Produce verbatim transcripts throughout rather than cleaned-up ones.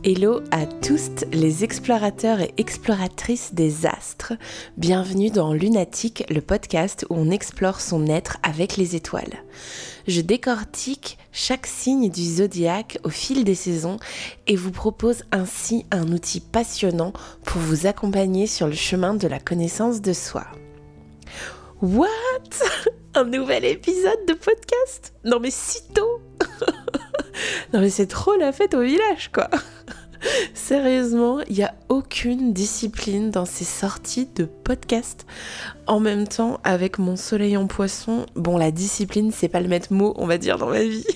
Hello à tous les explorateurs et exploratrices des astres. Bienvenue dans Lunatique, le podcast où on explore son être avec les étoiles. Je décortique chaque signe du zodiaque au fil des saisons et vous propose ainsi un outil passionnant pour vous accompagner sur le chemin de la connaissance de soi. What? Un nouvel épisode de podcast? Non mais si tôt. Non mais c'est trop la fête au village quoi. Sérieusement, il n'y a aucune discipline dans ces sorties de podcast. En même temps, avec mon soleil en poisson, bon la discipline c'est pas le maître mot on va dire dans ma vie.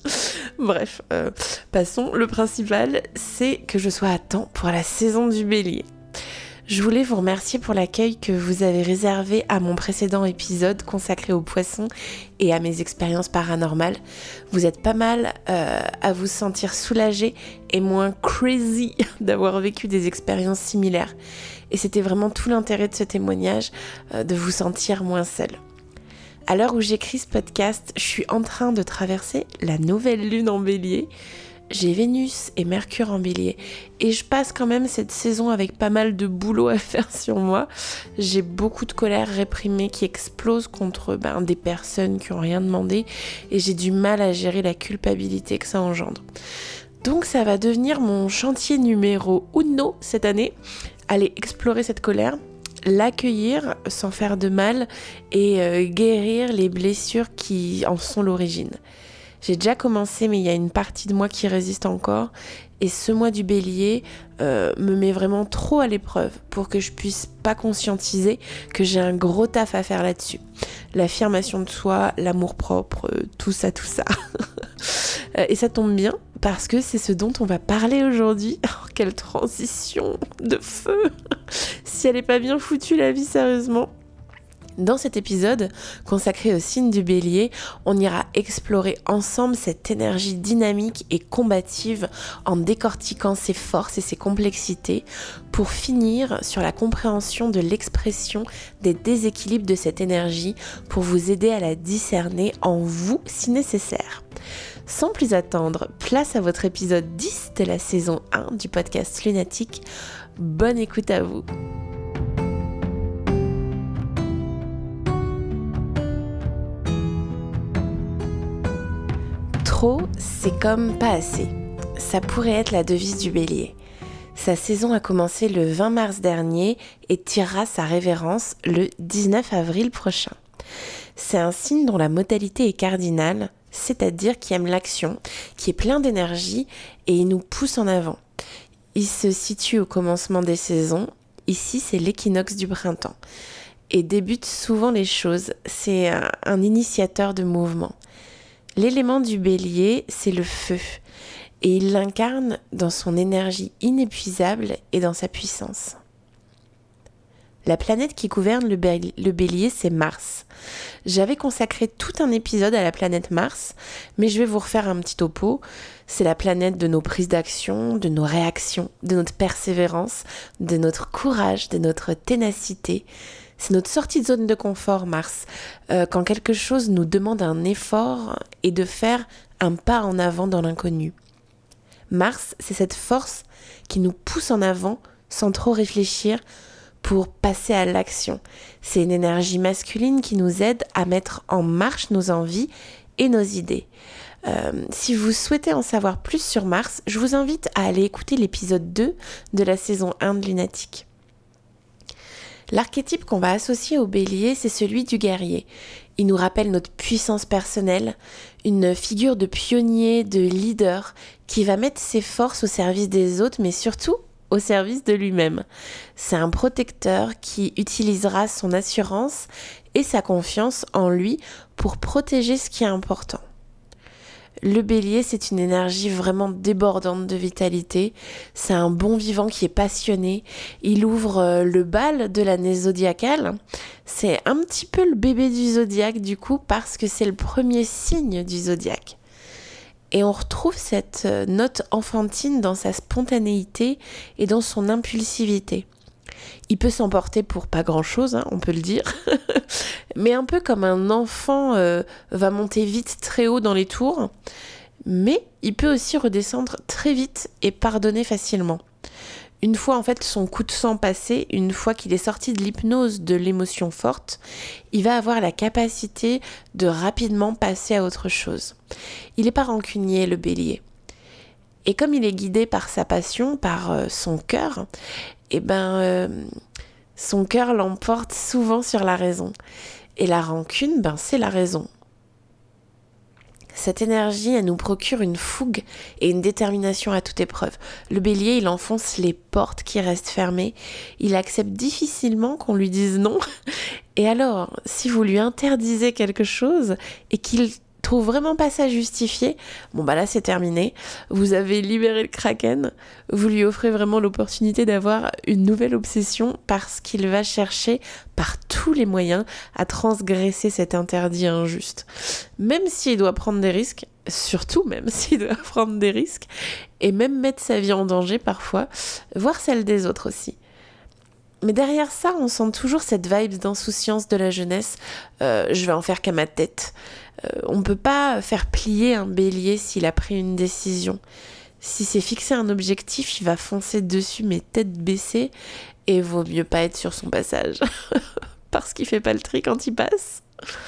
Bref, euh, passons. Le principal c'est que je sois à temps pour la saison du bélier. Je voulais vous remercier pour l'accueil que vous avez réservé à mon précédent épisode consacré aux poissons et à mes expériences paranormales. Vous êtes pas mal euh, à vous sentir soulagé et moins crazy d'avoir vécu des expériences similaires. Et c'était vraiment tout l'intérêt de ce témoignage, euh, de vous sentir moins seul. À l'heure où j'écris ce podcast, je suis en train de traverser la nouvelle lune en bélier. J'ai Vénus et Mercure en bélier et je passe quand même cette saison avec pas mal de boulot à faire sur moi. J'ai beaucoup de colère réprimée qui explose contre ben, des personnes qui n'ont rien demandé et j'ai du mal à gérer la culpabilité que ça engendre. Donc ça va devenir mon chantier numéro uno cette année, aller explorer cette colère, l'accueillir sans faire de mal et euh, guérir les blessures qui en sont l'origine. J'ai déjà commencé, mais il y a une partie de moi qui résiste encore. Et ce mois du bélier euh, me met vraiment trop à l'épreuve pour que je puisse pas conscientiser que j'ai un gros taf à faire là-dessus. L'affirmation de soi, l'amour-propre, euh, tout ça, tout ça. Et ça tombe bien parce que c'est ce dont on va parler aujourd'hui. Oh, quelle transition de feu! Si elle est pas bien foutue la vie, sérieusement. Dans cet épisode, consacré au signe du bélier, on ira explorer ensemble cette énergie dynamique et combative en décortiquant ses forces et ses complexités pour finir sur la compréhension de l'expression des déséquilibres de cette énergie pour vous aider à la discerner en vous si nécessaire. Sans plus attendre, place à votre épisode dix de la saison un du podcast Lunatique. Bonne écoute à vous. Trop, c'est comme pas assez. Ça pourrait être la devise du bélier. Sa saison a commencé le vingt mars dernier et tirera sa révérence le dix-neuf avril prochain. C'est un signe dont la modalité est cardinale, c'est-à-dire qui aime l'action, qui est plein d'énergie et il nous pousse en avant. Il se situe au commencement des saisons, ici c'est l'équinoxe du printemps, et débute souvent les choses, c'est un, un initiateur de mouvement. L'élément du bélier, c'est le feu, et il l'incarne dans son énergie inépuisable et dans sa puissance. La planète qui gouverne le, bé- le bélier, c'est Mars. J'avais consacré tout un épisode à la planète Mars, mais je vais vous refaire un petit topo. C'est la planète de nos prises d'action, de nos réactions, de notre persévérance, de notre courage, de notre ténacité. C'est notre sortie de zone de confort, Mars, euh, quand quelque chose nous demande un effort et de faire un pas en avant dans l'inconnu. Mars, c'est cette force qui nous pousse en avant sans trop réfléchir pour passer à l'action. C'est une énergie masculine qui nous aide à mettre en marche nos envies et nos idées. Euh, si vous souhaitez en savoir plus sur Mars, je vous invite à aller écouter l'épisode deux de la saison un de Lunatique. L'archétype qu'on va associer au bélier, c'est celui du guerrier. Il nous rappelle notre puissance personnelle, une figure de pionnier, de leader, qui va mettre ses forces au service des autres, mais surtout au service de lui-même. C'est un protecteur qui utilisera son assurance et sa confiance en lui pour protéger ce qui est important. Le bélier, c'est une énergie vraiment débordante de vitalité. C'est un bon vivant qui est passionné. Il ouvre le bal de l'année zodiacale. C'est un petit peu le bébé du zodiaque du coup parce que c'est le premier signe du zodiaque. Et on retrouve cette note enfantine dans sa spontanéité et dans son impulsivité. Il peut s'emporter pour pas grand-chose, hein, on peut le dire, mais un peu comme un enfant euh, va monter vite très haut dans les tours, Mais il peut aussi redescendre très vite et pardonner facilement. Une fois en fait son coup de sang passé, une fois qu'il est sorti de l'hypnose de l'émotion forte, il va avoir la capacité de rapidement passer à autre chose. Il n'est pas rancunier, le bélier. Et comme il est guidé par sa passion, par euh, son cœur, eh ben, euh, son cœur l'emporte souvent sur la raison. Et la rancune, ben, c'est la raison. Cette énergie, elle nous procure une fougue et une détermination à toute épreuve. Le bélier, il enfonce les portes qui restent fermées. Il accepte difficilement qu'on lui dise non. Et alors, si vous lui interdisez quelque chose et qu'il trouve vraiment pas ça justifié, bon bah là c'est terminé. Vous avez libéré le kraken. Vous lui offrez vraiment l'opportunité d'avoir une nouvelle obsession parce qu'il va chercher par tous les moyens à transgresser cet interdit injuste. Même s'il doit prendre des risques, surtout même s'il doit prendre des risques, et même mettre sa vie en danger parfois, voire celle des autres aussi. Mais derrière ça, on sent toujours cette vibe d'insouciance de la jeunesse. Euh, je vais en faire qu'à ma tête. Euh, on ne peut pas faire plier un bélier s'il a pris une décision. Si c'est fixé un objectif, il va foncer dessus, mais tête baissée, et vaut mieux pas être sur son passage. Parce qu'il fait pas le tri quand il passe.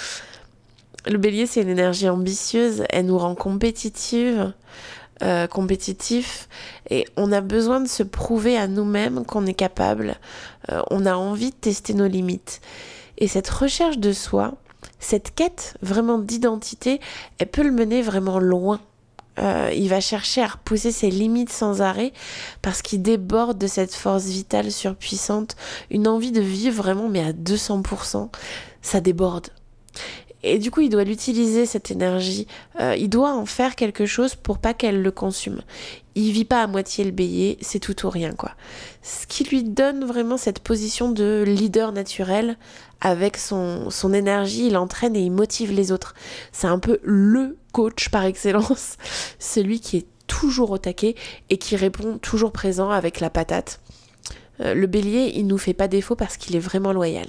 Le bélier, c'est une énergie ambitieuse, elle nous rend compétitive. Euh, compétitif et on a besoin de se prouver à nous-mêmes qu'on est capable, euh, on a envie de tester nos limites et cette recherche de soi, cette quête vraiment d'identité, elle peut le mener vraiment loin. Euh, il va chercher à repousser ses limites sans arrêt parce qu'il déborde de cette force vitale surpuissante, une envie de vivre vraiment mais à deux cents pour cent, ça déborde. Et du coup, il doit l'utiliser, cette énergie. Euh, il doit en faire quelque chose pour pas qu'elle le consume. Il vit pas à moitié le bélier, c'est tout ou rien, quoi. Ce qui lui donne vraiment cette position de leader naturel. Avec son, son énergie, il entraîne et il motive les autres. C'est un peu le coach par excellence. Celui qui est toujours au taquet et qui répond toujours présent avec la patate. Euh, le bélier, il nous fait pas défaut parce qu'il est vraiment loyal.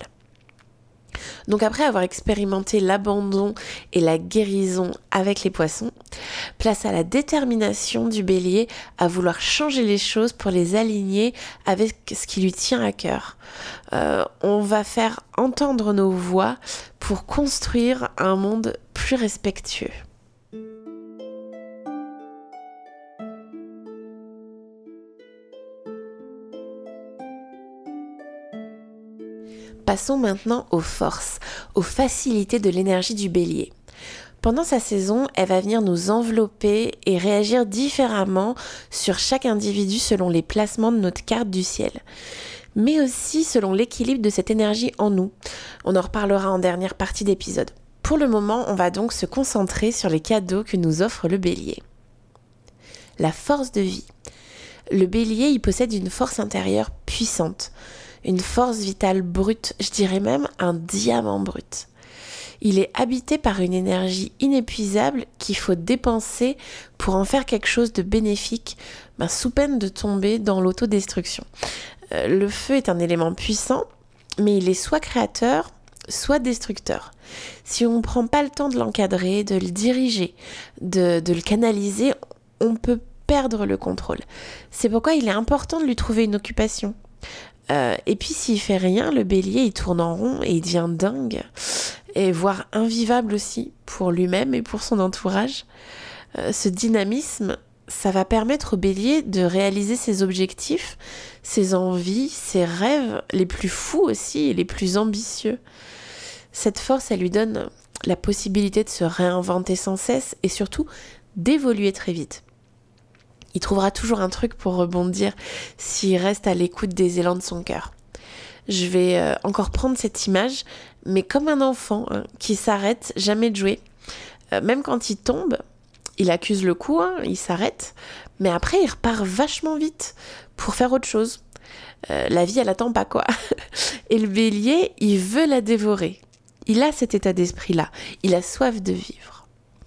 Donc après avoir expérimenté l'abandon et la guérison avec les poissons, place à la détermination du bélier à vouloir changer les choses pour les aligner avec ce qui lui tient à cœur. Euh, on va faire entendre nos voix pour construire un monde plus respectueux. Passons maintenant aux forces, aux facilités de l'énergie du bélier. Pendant sa saison, elle va venir nous envelopper et réagir différemment sur chaque individu selon les placements de notre carte du ciel, mais aussi selon l'équilibre de cette énergie en nous. On en reparlera en dernière partie d'épisode. Pour le moment, on va donc se concentrer sur les cadeaux que nous offre le bélier. La force de vie. Le bélier, il possède une force intérieure puissante. Une force vitale brute, je dirais même un diamant brut. Il est habité par une énergie inépuisable qu'il faut dépenser pour en faire quelque chose de bénéfique, ben, sous peine de tomber dans l'autodestruction. Euh, le feu est un élément puissant, mais il est soit créateur, soit destructeur. Si on ne prend pas le temps de l'encadrer, de le diriger, de, de le canaliser, on peut perdre le contrôle. C'est pourquoi il est important de lui trouver une occupation. Euh, et puis s'il fait rien, le bélier il tourne en rond et il devient dingue, et voire invivable aussi pour lui-même et pour son entourage. Euh, ce dynamisme, ça va permettre au bélier de réaliser ses objectifs, ses envies, ses rêves les plus fous aussi et les plus ambitieux. Cette force, elle lui donne la possibilité de se réinventer sans cesse et surtout d'évoluer très vite. Il trouvera toujours un truc pour rebondir s'il reste à l'écoute des élans de son cœur. Je vais euh, encore prendre cette image, mais comme un enfant hein, qui s'arrête jamais de jouer. Euh, même quand il tombe, il accuse le coup, hein, il s'arrête, mais après il repart vachement vite pour faire autre chose. Euh, la vie, elle attend pas quoi. Et le bélier, il veut la dévorer. Il a cet état d'esprit-là. Il a soif de vivre.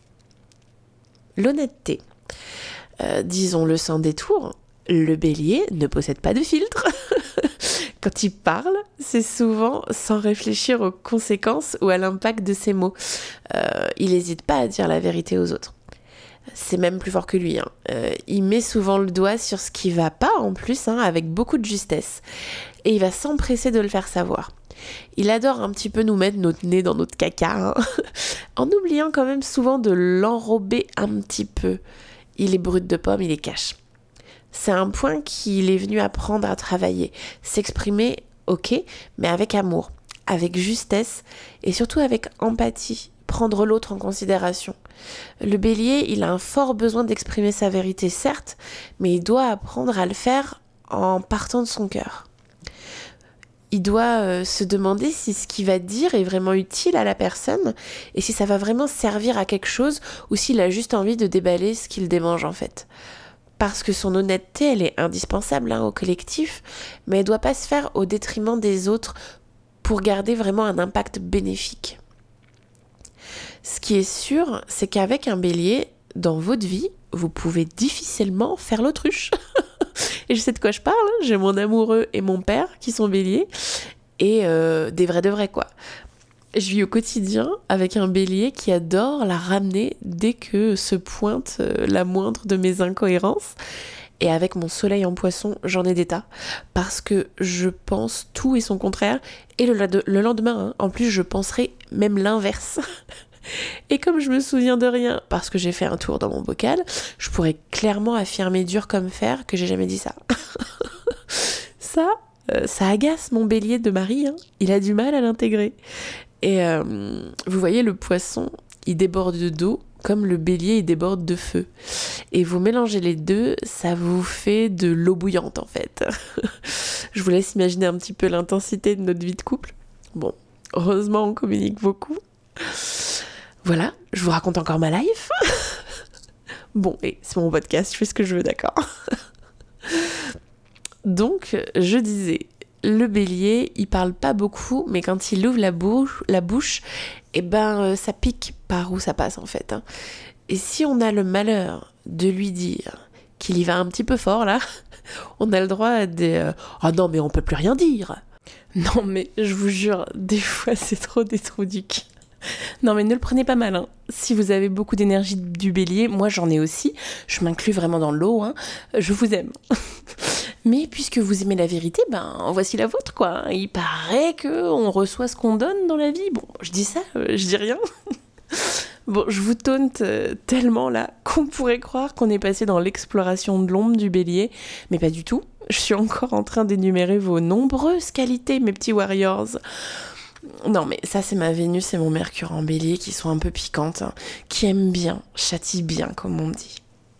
L'honnêteté. Euh, disons-le sans détour, le bélier ne possède pas de filtre. Quand il parle, c'est souvent sans réfléchir aux conséquences ou à l'impact de ses mots. Euh, il n'hésite pas à dire la vérité aux autres. C'est même plus fort que lui. Hein. Euh, il met souvent le doigt sur ce qui va pas en plus, hein, avec beaucoup de justesse. Et il va s'empresser de le faire savoir. Il adore un petit peu nous mettre notre nez dans notre caca, hein, en oubliant quand même souvent de l'enrober un petit peu. Il est brut de pomme, il les cache. C'est un point qu'il est venu apprendre à travailler. S'exprimer, ok, mais avec amour, avec justesse et surtout avec empathie. Prendre l'autre en considération. Le bélier, il a un fort besoin d'exprimer sa vérité, certes, mais il doit apprendre à le faire en partant de son cœur. Il doit euh, se demander si ce qu'il va dire est vraiment utile à la personne et si ça va vraiment servir à quelque chose ou s'il a juste envie de déballer ce qu'il démange en fait. Parce que son honnêteté, elle est indispensable hein, au collectif, mais elle ne doit pas se faire au détriment des autres pour garder vraiment un impact bénéfique. Ce qui est sûr, c'est qu'avec un bélier, dans votre vie, vous pouvez difficilement faire l'autruche. Et je sais de quoi je parle, hein. J'ai mon amoureux et mon père qui sont béliers, et euh, des vrais de vrais quoi. Je vis au quotidien avec un bélier qui adore la ramener dès que se pointe euh, la moindre de mes incohérences. Et avec mon soleil en poisson, j'en ai des tas. Parce que je pense tout et son contraire. Et le, le lendemain, hein, en plus, je penserai même l'inverse. Et comme je me souviens de rien, parce que j'ai fait un tour dans mon bocal, je pourrais clairement affirmer dur comme fer que j'ai jamais dit ça. ça, euh, ça agace mon bélier de mari, hein. Il a du mal à l'intégrer. Et euh, vous voyez, le poisson, il déborde d'eau, comme le bélier, il déborde de feu. Et vous mélangez les deux, ça vous fait de l'eau bouillante, en fait. Je vous laisse imaginer un petit peu l'intensité de notre vie de couple. Bon, heureusement, on communique beaucoup. Voilà, je vous raconte encore ma life. Bon, et c'est mon podcast, je fais ce que je veux, d'accord. Donc, je disais, le bélier, il parle pas beaucoup, mais quand il ouvre la bouche, la bouche, eh ben, euh, ça pique par où ça passe, en fait. Hein. Et si on a le malheur de lui dire qu'il y va un petit peu fort, là, on a le droit à des... Euh, ah non, mais on peut plus rien dire. Non, mais je vous jure, des fois, c'est trop des trous du cul. Non mais ne le prenez pas mal, hein. Si vous avez beaucoup d'énergie du bélier, moi j'en ai aussi, je m'inclus vraiment dans l'eau, hein. Je vous aime. Mais puisque vous aimez la vérité, ben voici la vôtre quoi. Il paraît qu'on reçoit ce qu'on donne dans la vie. Bon, je dis ça, euh, je dis rien. Bon, je vous taunte euh, tellement là qu'on pourrait croire qu'on est passé dans l'exploration de l'ombre du bélier, mais pas du tout. Je suis encore en train d'énumérer vos nombreuses qualités, mes petits warriors. Non mais ça c'est ma Vénus et mon Mercure en bélier qui sont un peu piquantes, hein, qui aiment bien, châtient bien comme on dit.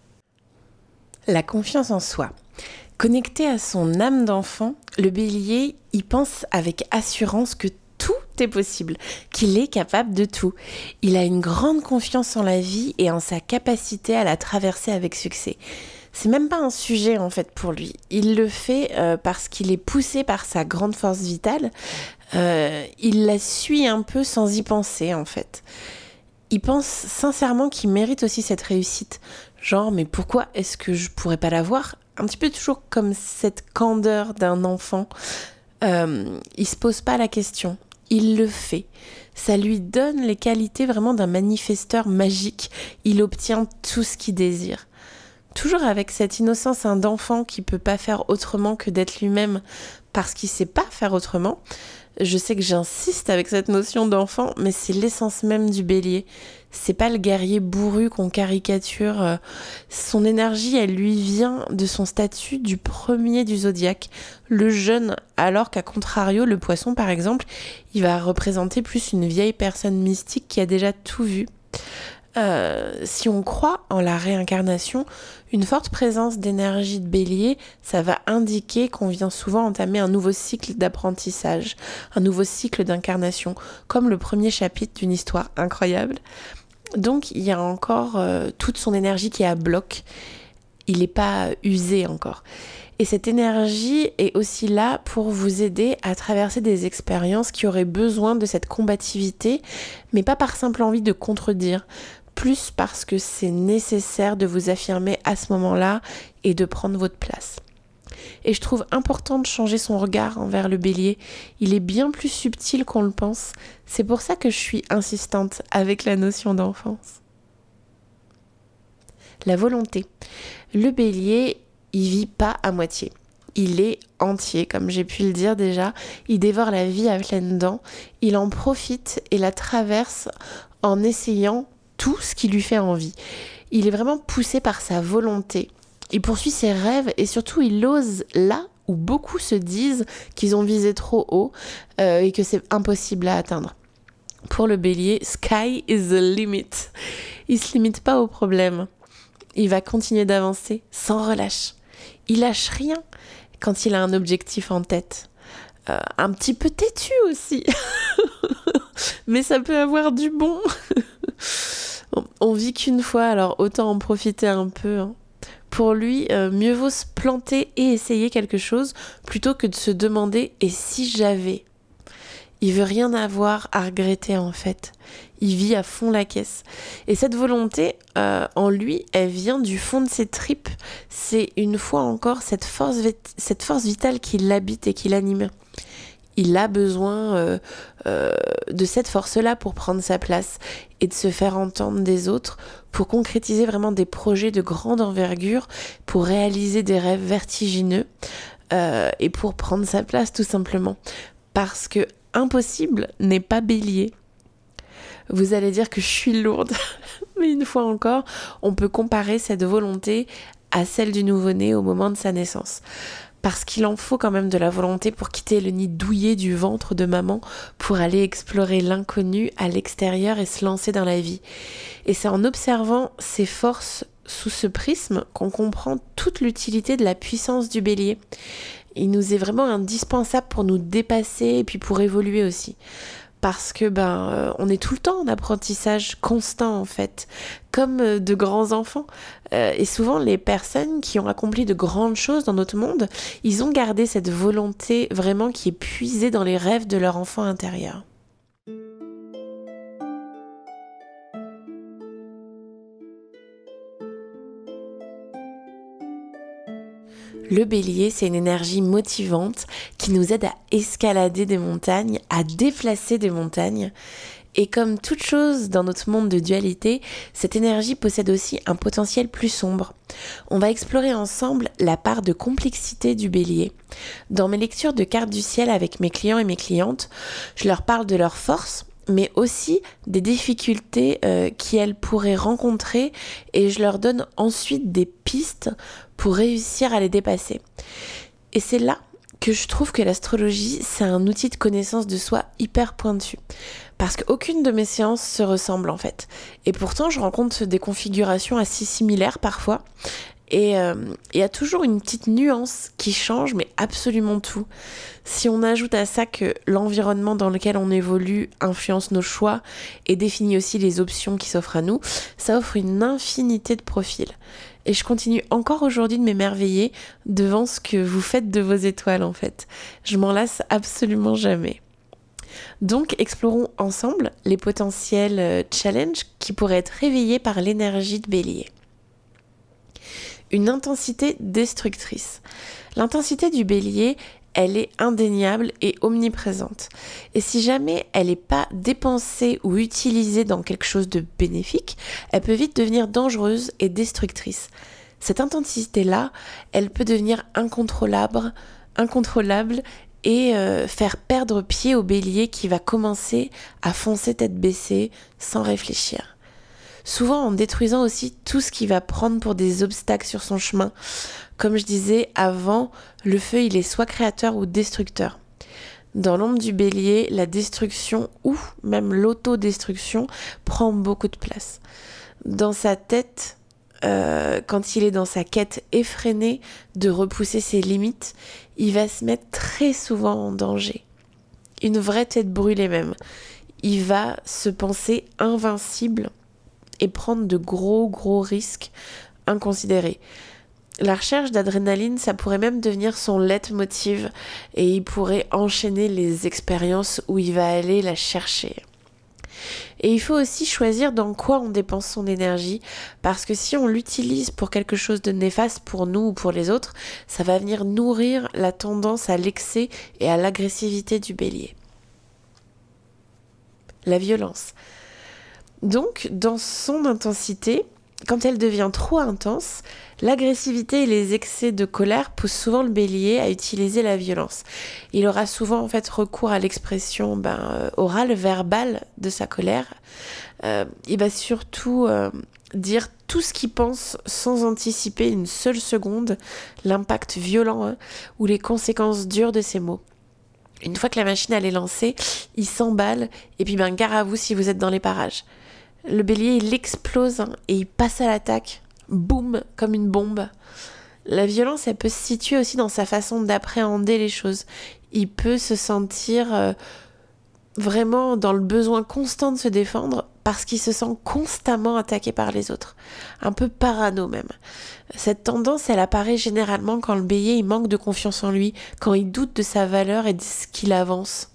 La confiance en soi. Connecté à son âme d'enfant, le bélier y pense avec assurance que tout est possible, qu'il est capable de tout. Il a une grande confiance en la vie et en sa capacité à la traverser avec succès. C'est même pas un sujet en fait pour lui. Il le fait euh, parce qu'il est poussé par sa grande force vitale. Euh, il la suit un peu sans y penser en fait. Il pense sincèrement qu'il mérite aussi cette réussite. Genre, mais pourquoi est-ce que je pourrais pas l'avoir ? Un petit peu toujours comme cette candeur d'un enfant. Euh, il se pose pas la question. Il le fait. Ça lui donne les qualités vraiment d'un manifesteur magique. Il obtient tout ce qu'il désire. Toujours avec cette innocence hein, d'enfant qui peut pas faire autrement que d'être lui-même parce qu'il sait pas faire autrement. Je sais que j'insiste avec cette notion d'enfant, mais c'est l'essence même du bélier. C'est pas le guerrier bourru qu'on caricature. Son énergie, elle lui vient de son statut du premier du zodiaque, le jeune, alors qu'à contrario, le poisson par exemple, il va représenter plus une vieille personne mystique qui a déjà tout vu. Euh, si on croit en la réincarnation, une forte présence d'énergie de bélier, ça va indiquer qu'on vient souvent entamer un nouveau cycle d'apprentissage, un nouveau cycle d'incarnation, comme le premier chapitre d'une histoire incroyable. Donc il y a encore euh, toute son énergie qui est à bloc, il n'est pas usé encore. Et cette énergie est aussi là pour vous aider à traverser des expériences qui auraient besoin de cette combativité, mais pas par simple envie de contredire, plus parce que c'est nécessaire de vous affirmer à ce moment-là et de prendre votre place. Et je trouve important de changer son regard envers le bélier. Il est bien plus subtil qu'on le pense. C'est pour ça que je suis insistante avec la notion d'enfance. la volonté. Le bélier, il vit pas à moitié. Il est entier, comme j'ai pu le dire déjà. Il dévore la vie à pleines dents. Il en profite et la traverse en essayant tout ce qui lui fait envie. Il est vraiment poussé par sa volonté. Il poursuit ses rêves et surtout il ose là où beaucoup se disent qu'ils ont visé trop haut euh, et que c'est impossible à atteindre. Pour le bélier, sky is the limit. Il se limite pas au problème. Il va continuer d'avancer sans relâche. Il lâche rien quand il a un objectif en tête. Euh, un petit peu têtu aussi. Mais ça peut avoir du bon. On vit qu'une fois, alors autant en profiter un peu. Hein. Pour lui, euh, mieux vaut se planter et essayer quelque chose plutôt que de se demander « et si j'avais ?» Il veut rien avoir à regretter en fait. Il vit à fond la caisse. Et cette volonté, euh, en lui, elle vient du fond de ses tripes. C'est une fois encore cette force, cette force vitale qui l'habite et qui l'anime. Il a besoin euh, euh, de cette force-là pour prendre sa place et de se faire entendre des autres, pour concrétiser vraiment des projets de grande envergure, pour réaliser des rêves vertigineux euh, et pour prendre sa place tout simplement. Parce que impossible n'est pas bélier. Vous allez dire que je suis lourde, mais une fois encore, on peut comparer cette volonté à celle du nouveau-né au moment de sa naissance. Parce qu'il en faut quand même de la volonté pour quitter le nid douillet du ventre de maman, pour aller explorer l'inconnu à l'extérieur et se lancer dans la vie. Et c'est en observant ces forces sous ce prisme qu'on comprend toute l'utilité de la puissance du bélier. Il nous est vraiment indispensable pour nous dépasser et puis pour évoluer aussi. Parce que ben euh, on est tout le temps en apprentissage constant en fait, comme euh, de grands enfants. Euh, et souvent les personnes qui ont accompli de grandes choses dans notre monde, ils ont gardé cette volonté vraiment qui est puisée dans les rêves de leur enfant intérieur. Le bélier, c'est une énergie motivante qui nous aide à escalader des montagnes, à déplacer des montagnes. Et comme toute chose dans notre monde de dualité, cette énergie possède aussi un potentiel plus sombre. On va explorer ensemble la part de complexité du bélier. Dans mes lectures de cartes du ciel avec mes clients et mes clientes, je leur parle de leurs forces, mais aussi des difficultés euh, qu'elles pourraient rencontrer et je leur donne ensuite des pistes pour réussir à les dépasser. Et c'est là que je trouve que l'astrologie, c'est un outil de connaissance de soi hyper pointu. Parce qu'aucune de mes séances se ressemble en fait. Et pourtant, je rencontre des configurations assez similaires parfois. Et il euh, y a toujours une petite nuance qui change, mais absolument tout. Si on ajoute à ça que l'environnement dans lequel on évolue influence nos choix et définit aussi les options qui s'offrent à nous, ça offre une infinité de profils. Et je continue encore aujourd'hui de m'émerveiller devant ce que vous faites de vos étoiles en fait. Je m'en lasse absolument jamais. Donc, explorons ensemble les potentiels challenges qui pourraient être réveillés par l'énergie de Bélier. Une intensité destructrice. L'intensité du Bélier, elle est indéniable et omniprésente. Et si jamais elle n'est pas dépensée ou utilisée dans quelque chose de bénéfique, elle peut vite devenir dangereuse et destructrice. Cette intensité-là, elle peut devenir incontrôlable, incontrôlable et euh, faire perdre pied au Bélier qui va commencer à foncer tête baissée sans réfléchir. Souvent en détruisant aussi tout ce qui va prendre pour des obstacles sur son chemin. Comme je disais avant, le feu il est soit créateur ou destructeur. Dans l'ombre du Bélier, la destruction ou même l'autodestruction prend beaucoup de place. Dans sa tête, euh, quand il est dans sa quête effrénée de repousser ses limites, il va se mettre très souvent en danger. Une vraie tête brûlée même. Il va se penser invincible et prendre de gros gros risques inconsidérés. La recherche d'adrénaline, ça pourrait même devenir son leitmotiv et il pourrait enchaîner les expériences où il va aller la chercher. Et il faut aussi choisir dans quoi on dépense son énergie, parce que si on l'utilise pour quelque chose de néfaste pour nous ou pour les autres, ça va venir nourrir la tendance à l'excès et à l'agressivité du Bélier. La violence. Donc, dans son intensité, quand elle devient trop intense, l'agressivité et les excès de colère poussent souvent le bélier à utiliser la violence. Il aura souvent en fait recours à l'expression ben, euh, orale, verbale de sa colère. Euh, il va surtout euh, dire tout ce qu'il pense sans anticiper une seule seconde l'impact violent hein, ou les conséquences dures de ses mots. Une fois que la machine elle est lancée, il s'emballe et puis ben gare à vous si vous êtes dans les parages. Le bélier, il explose hein, et il passe à l'attaque. Boum, comme une bombe. La violence, elle peut se situer aussi dans sa façon d'appréhender les choses. Il peut se sentir euh, vraiment dans le besoin constant de se défendre parce qu'il se sent constamment attaqué par les autres. Un peu parano même. Cette tendance, elle apparaît généralement quand le bélier, il manque de confiance en lui, quand il doute de sa valeur et de ce qu'il avance.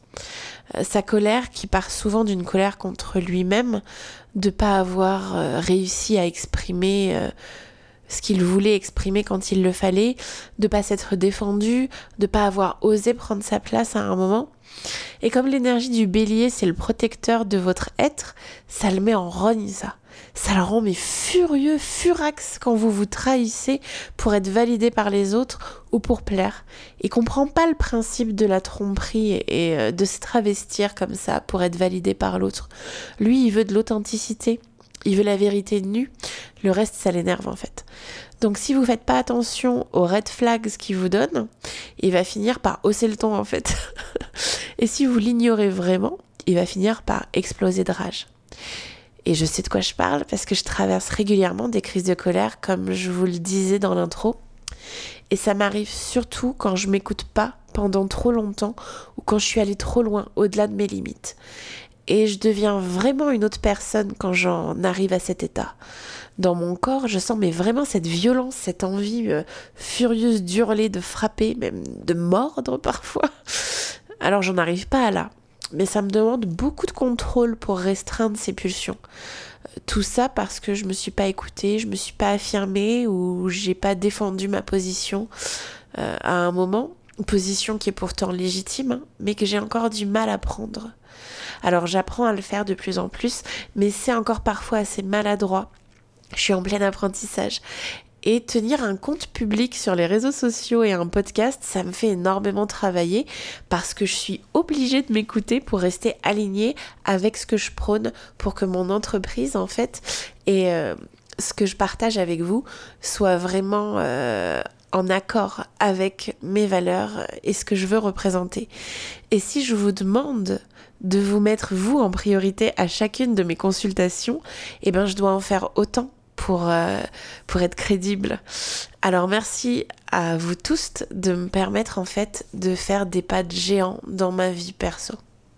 Sa colère, qui part souvent d'une colère contre lui-même, de ne pas avoir euh, réussi à exprimer euh, ce qu'il voulait exprimer quand il le fallait, de ne pas s'être défendu, de ne pas avoir osé prendre sa place à un moment. Et comme l'énergie du bélier, c'est le protecteur de votre être, ça le met en rogne, ça. Ça le rend mais furieux, furax quand vous vous trahissez pour être validé par les autres ou pour plaire. Il comprend pas le principe de la tromperie et de se travestir comme ça pour être validé par l'autre. Lui, il veut de l'authenticité. Il veut la vérité nue. Le reste, ça l'énerve en fait. Donc si vous faites pas attention aux red flags qu'il vous donne, il va finir par hausser le ton en fait. Et si vous l'ignorez vraiment, il va finir par exploser de rage. Et je sais de quoi je parle parce que je traverse régulièrement des crises de colère comme je vous le disais dans l'intro. Et ça m'arrive surtout quand je m'écoute pas pendant trop longtemps ou quand je suis allée trop loin, au-delà de mes limites. Et je deviens vraiment une autre personne quand j'en arrive à cet état. Dans mon corps, je sens mais vraiment cette violence, cette envie euh, furieuse d'hurler, de frapper, même de mordre parfois. Alors j'en arrive pas à là. Mais ça me demande beaucoup de contrôle pour restreindre ces pulsions. Tout ça parce que je me suis pas écoutée, je me suis pas affirmée ou j'ai pas défendu ma position euh, à un moment. Une position qui est pourtant légitime, hein, mais que j'ai encore du mal à prendre. Alors j'apprends à le faire de plus en plus, mais c'est encore parfois assez maladroit. Je suis en plein apprentissage. Et tenir un compte public sur les réseaux sociaux et un podcast, ça me fait énormément travailler parce que je suis obligée de m'écouter pour rester alignée avec ce que je prône pour que mon entreprise, en fait, et euh, ce que je partage avec vous soit vraiment euh, en accord avec mes valeurs et ce que je veux représenter. Et si je vous demande de vous mettre vous en priorité à chacune de mes consultations, eh ben je dois en faire autant. Pour, euh, pour être crédible. Alors merci à vous tous de me permettre en fait de faire des pas de géant dans ma vie perso.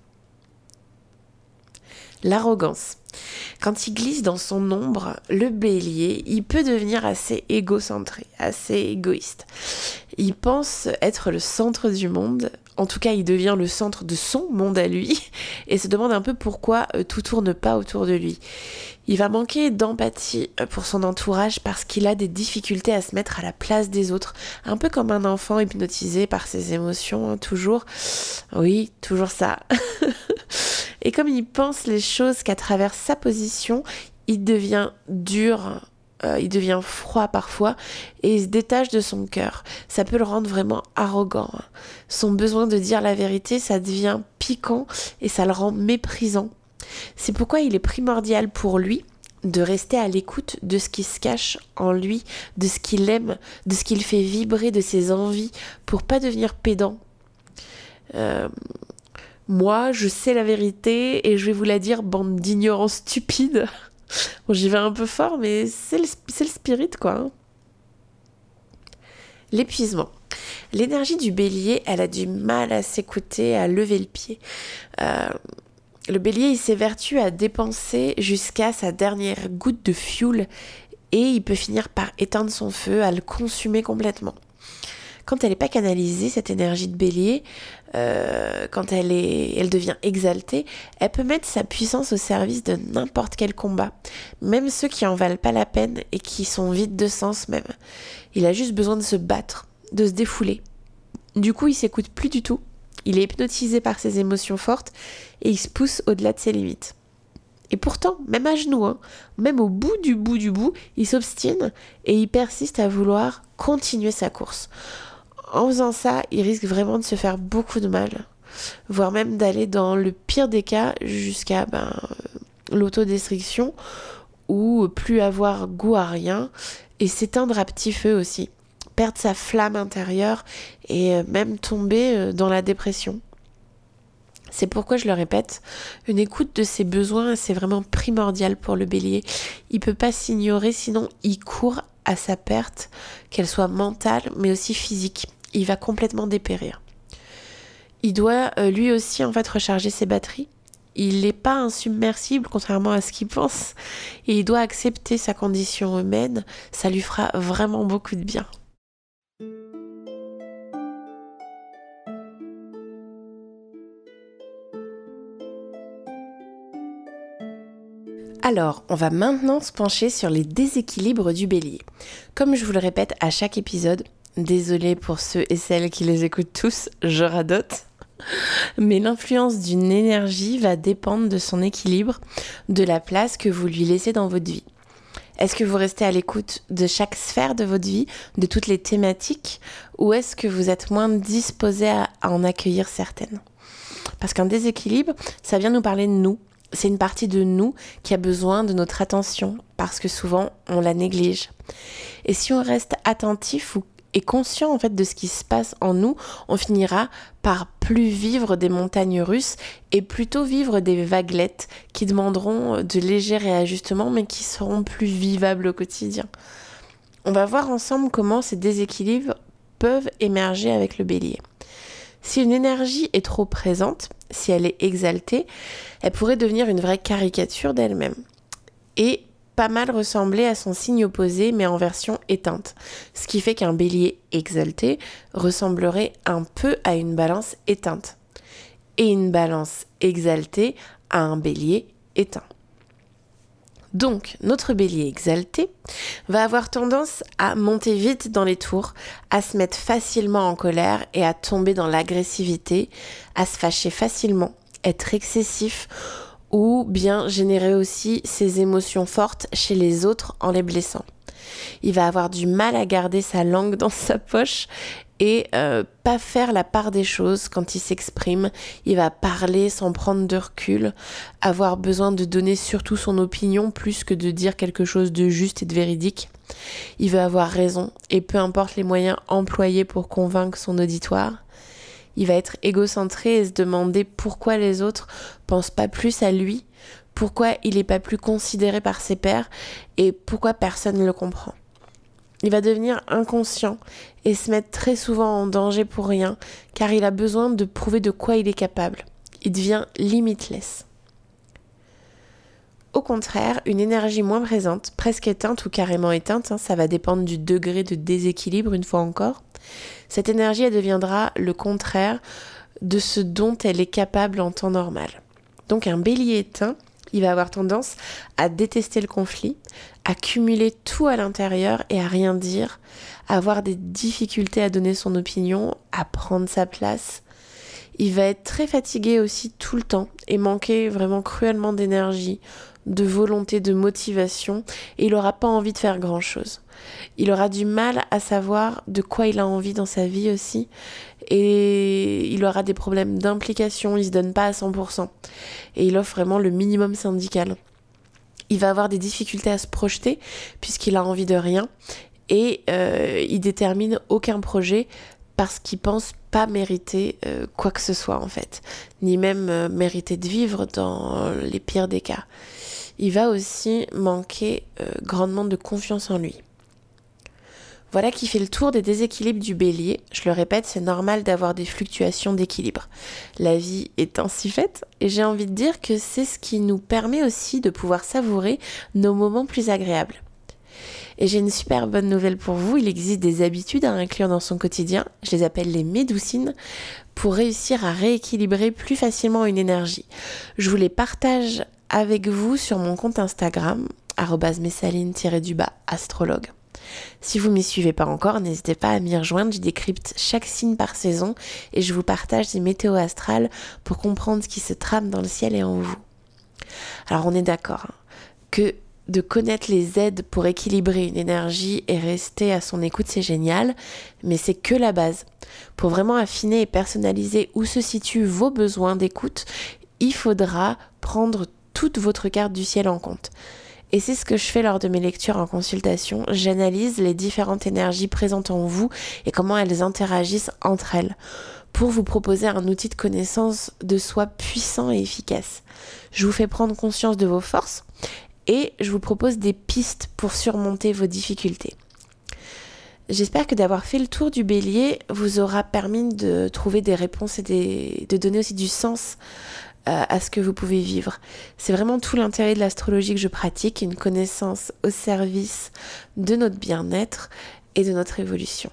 L'arrogance. Quand il glisse dans son ombre, le bélier, il peut devenir assez égocentré, assez égoïste. Il pense être le centre du monde, en tout cas il devient le centre de son monde à lui, et se demande un peu pourquoi tout tourne pas autour de lui. Il va manquer d'empathie pour son entourage parce qu'il a des difficultés à se mettre à la place des autres, un peu comme un enfant hypnotisé par ses émotions, hein, toujours. Oui, toujours ça. Et comme il pense les choses qu'à travers sa position, il devient dur, euh, il devient froid parfois et il se détache de son cœur. Ça peut le rendre vraiment arrogant. Hein. Son besoin de dire la vérité, ça devient piquant et ça le rend méprisant. C'est pourquoi il est primordial pour lui de rester à l'écoute de ce qui se cache en lui, de ce qu'il aime, de ce qu'il fait vibrer, de ses envies, pour pas devenir pédant. Euh, moi, je sais la vérité et je vais vous la dire, bande d'ignorants stupides. Bon, j'y vais un peu fort, mais c'est le, c'est le spirit, quoi. Hein. L'épuisement. L'énergie du bélier, elle a du mal à s'écouter, à lever le pied. Euh, le bélier, il s'évertue à dépenser jusqu'à sa dernière goutte de fioul et il peut finir par éteindre son feu, à le consumer complètement. Quand elle n'est pas canalisée, cette énergie de bélier, euh, quand elle, est, elle devient exaltée, elle peut mettre sa puissance au service de n'importe quel combat, même ceux qui en valent pas la peine et qui sont vides de sens même. Il a juste besoin de se battre, de se défouler. Du coup, il s'écoute plus du tout, il est hypnotisé par ses émotions fortes et il se pousse au-delà de ses limites. Et pourtant, même à genoux, hein, même au bout du bout du bout, il s'obstine et il persiste à vouloir continuer sa course. En faisant ça, il risque vraiment de se faire beaucoup de mal, voire même d'aller dans le pire des cas jusqu'à ben, l'autodestruction ou plus avoir goût à rien et s'éteindre à petit feu aussi, perdre sa flamme intérieure et même tomber dans la dépression. C'est pourquoi je le répète, une écoute de ses besoins, c'est vraiment primordial pour le bélier. Il ne peut pas s'ignorer, sinon il court à sa perte, qu'elle soit mentale mais aussi physique. Il va complètement dépérir. Il doit euh, lui aussi en fait recharger ses batteries. Il n'est pas insubmersible contrairement à ce qu'il pense. Et il doit accepter sa condition humaine. Ça lui fera vraiment beaucoup de bien. Alors, on va maintenant se pencher sur les déséquilibres du bélier. Comme je vous le répète à chaque épisode, désolée pour ceux et celles qui les écoutent tous, je radote, mais l'influence d'une énergie va dépendre de son équilibre, de la place que vous lui laissez dans votre vie. Est-ce que vous restez à l'écoute de chaque sphère de votre vie, de toutes les thématiques, ou est-ce que vous êtes moins disposé à, à en accueillir certaines ? Parce qu'un déséquilibre, ça vient nous parler de nous. C'est une partie de nous qui a besoin de notre attention parce que souvent on la néglige. Et si on reste attentif ou et conscient en fait de ce qui se passe en nous, on finira par plus vivre des montagnes russes et plutôt vivre des vaguelettes qui demanderont de légers réajustements mais qui seront plus vivables au quotidien. On va voir ensemble comment ces déséquilibres peuvent émerger avec le bélier. Si une énergie est trop présente, si elle est exaltée, elle pourrait devenir une vraie caricature d'elle-même et pas mal ressembler à son signe opposé mais en version éteinte. Ce qui fait qu'un bélier exalté ressemblerait un peu à une balance éteinte et une balance exaltée à un bélier éteint. Donc, notre bélier exalté va avoir tendance à monter vite dans les tours, à se mettre facilement en colère et à tomber dans l'agressivité, à se fâcher facilement, être excessif ou bien générer aussi ses émotions fortes chez les autres en les blessant. Il va avoir du mal à garder sa langue dans sa poche et euh, pas faire la part des choses quand il s'exprime. Il va parler sans prendre de recul, avoir besoin de donner surtout son opinion plus que de dire quelque chose de juste et de véridique. Il veut avoir raison et peu importe les moyens employés pour convaincre son auditoire. Il va être égocentré et se demander pourquoi les autres pensent pas plus à lui, pourquoi il n'est pas plus considéré par ses pairs et pourquoi personne ne le comprend. Il va devenir inconscient et se mettre très souvent en danger pour rien, car il a besoin de prouver de quoi il est capable. Il devient limitless. Au contraire, une énergie moins présente, presque éteinte ou carrément éteinte, hein, ça va dépendre du degré de déséquilibre une fois encore, cette énergie elle deviendra le contraire de ce dont elle est capable en temps normal. Donc un bélier éteint, il va avoir tendance à détester le conflit, à cumuler tout à l'intérieur et à rien dire, à avoir des difficultés à donner son opinion, à prendre sa place. Il va être très fatigué aussi tout le temps et manquer vraiment cruellement d'énergie, de volonté, de motivation et il n'aura pas envie de faire grand-chose. Il aura du mal à savoir de quoi il a envie dans sa vie aussi et il aura des problèmes d'implication, il se donne pas à cent pour cent et il offre vraiment le minimum syndical. Il va avoir des difficultés à se projeter puisqu'il a envie de rien et euh, il détermine aucun projet parce qu'il pense pas mériter euh, quoi que ce soit en fait, ni même euh, mériter de vivre dans les pires des cas. Il va aussi manquer euh, grandement de confiance en lui. Voilà qui fait le tour des déséquilibres du bélier. Je le répète, c'est normal d'avoir des fluctuations d'équilibre. La vie est ainsi faite et j'ai envie de dire que c'est ce qui nous permet aussi de pouvoir savourer nos moments plus agréables. Et j'ai une super bonne nouvelle pour vous, il existe des habitudes à inclure dans son quotidien, je les appelle les médoucines, pour réussir à rééquilibrer plus facilement une énergie. Je vous les partage avec vous sur mon compte Instagram, arobase messaline tiret du bas astrologue. Si vous m'y suivez pas encore, n'hésitez pas à m'y rejoindre, je décrypte chaque signe par saison et je vous partage des météos astrales pour comprendre ce qui se trame dans le ciel et en vous. Alors on est d'accord hein, que de connaître les aides pour équilibrer une énergie et rester à son écoute, c'est génial, mais c'est que la base. Pour vraiment affiner et personnaliser où se situent vos besoins d'écoute, il faudra prendre toute votre carte du ciel en compte. Et c'est ce que je fais lors de mes lectures en consultation. J'analyse les différentes énergies présentes en vous et comment elles interagissent entre elles pour vous proposer un outil de connaissance de soi puissant et efficace. Je vous fais prendre conscience de vos forces et je vous propose des pistes pour surmonter vos difficultés. J'espère que d'avoir fait le tour du Bélier vous aura permis de trouver des réponses et des, de donner aussi du sens euh, à ce que vous pouvez vivre. C'est vraiment tout l'intérêt de l'astrologie que je pratique, une connaissance au service de notre bien-être et de notre évolution.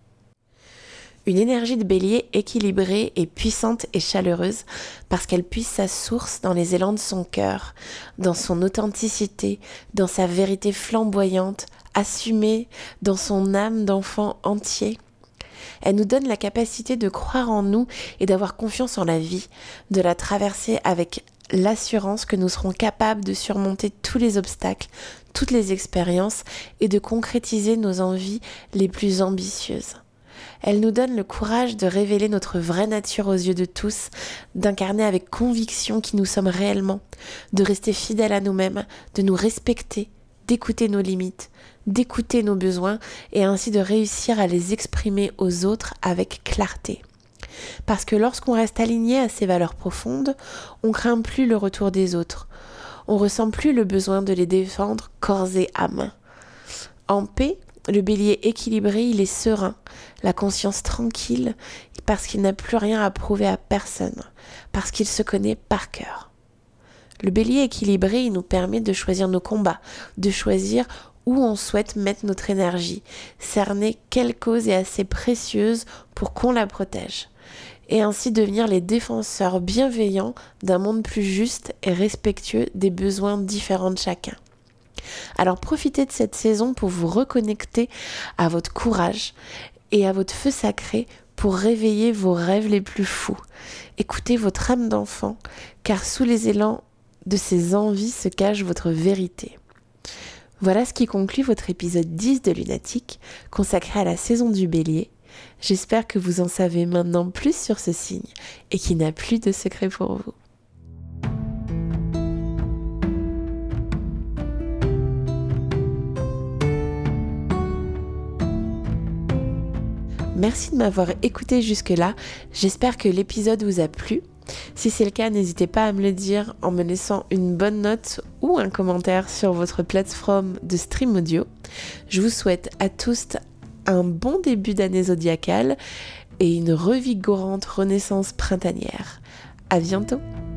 Une énergie de Bélier équilibrée et puissante et chaleureuse parce qu'elle puise sa source dans les élans de son cœur, dans son authenticité, dans sa vérité flamboyante, assumée dans son âme d'enfant entier. Elle nous donne la capacité de croire en nous et d'avoir confiance en la vie, de la traverser avec l'assurance que nous serons capables de surmonter tous les obstacles, toutes les expériences et de concrétiser nos envies les plus ambitieuses. Elle nous donne le courage de révéler notre vraie nature aux yeux de tous, d'incarner avec conviction qui nous sommes réellement, de rester fidèles à nous-mêmes, de nous respecter, d'écouter nos limites, d'écouter nos besoins et ainsi de réussir à les exprimer aux autres avec clarté. Parce que lorsqu'on reste aligné à ces valeurs profondes, on craint plus le retour des autres. On ressent plus le besoin de les défendre corps et âme. En paix, le Bélier équilibré, il est serein, la conscience tranquille, parce qu'il n'a plus rien à prouver à personne, parce qu'il se connaît par cœur. Le Bélier équilibré, il nous permet de choisir nos combats, de choisir où on souhaite mettre notre énergie, cerner quelle cause est assez précieuse pour qu'on la protège, et ainsi devenir les défenseurs bienveillants d'un monde plus juste et respectueux des besoins différents de chacun. Alors profitez de cette saison pour vous reconnecter à votre courage et à votre feu sacré pour réveiller vos rêves les plus fous. Écoutez votre âme d'enfant, car sous les élans de ses envies se cache votre vérité. Voilà ce qui conclut votre épisode dix de Lunatique, consacré à la saison du Bélier. J'espère que vous en savez maintenant plus sur ce signe et qu'il n'a plus de secret pour vous. Merci de m'avoir écouté jusque-là, j'espère que l'épisode vous a plu. Si c'est le cas, n'hésitez pas à me le dire en me laissant une bonne note ou un commentaire sur votre plateforme de stream audio. Je vous souhaite à tous un bon début d'année zodiacale et une revigorante renaissance printanière. À bientôt!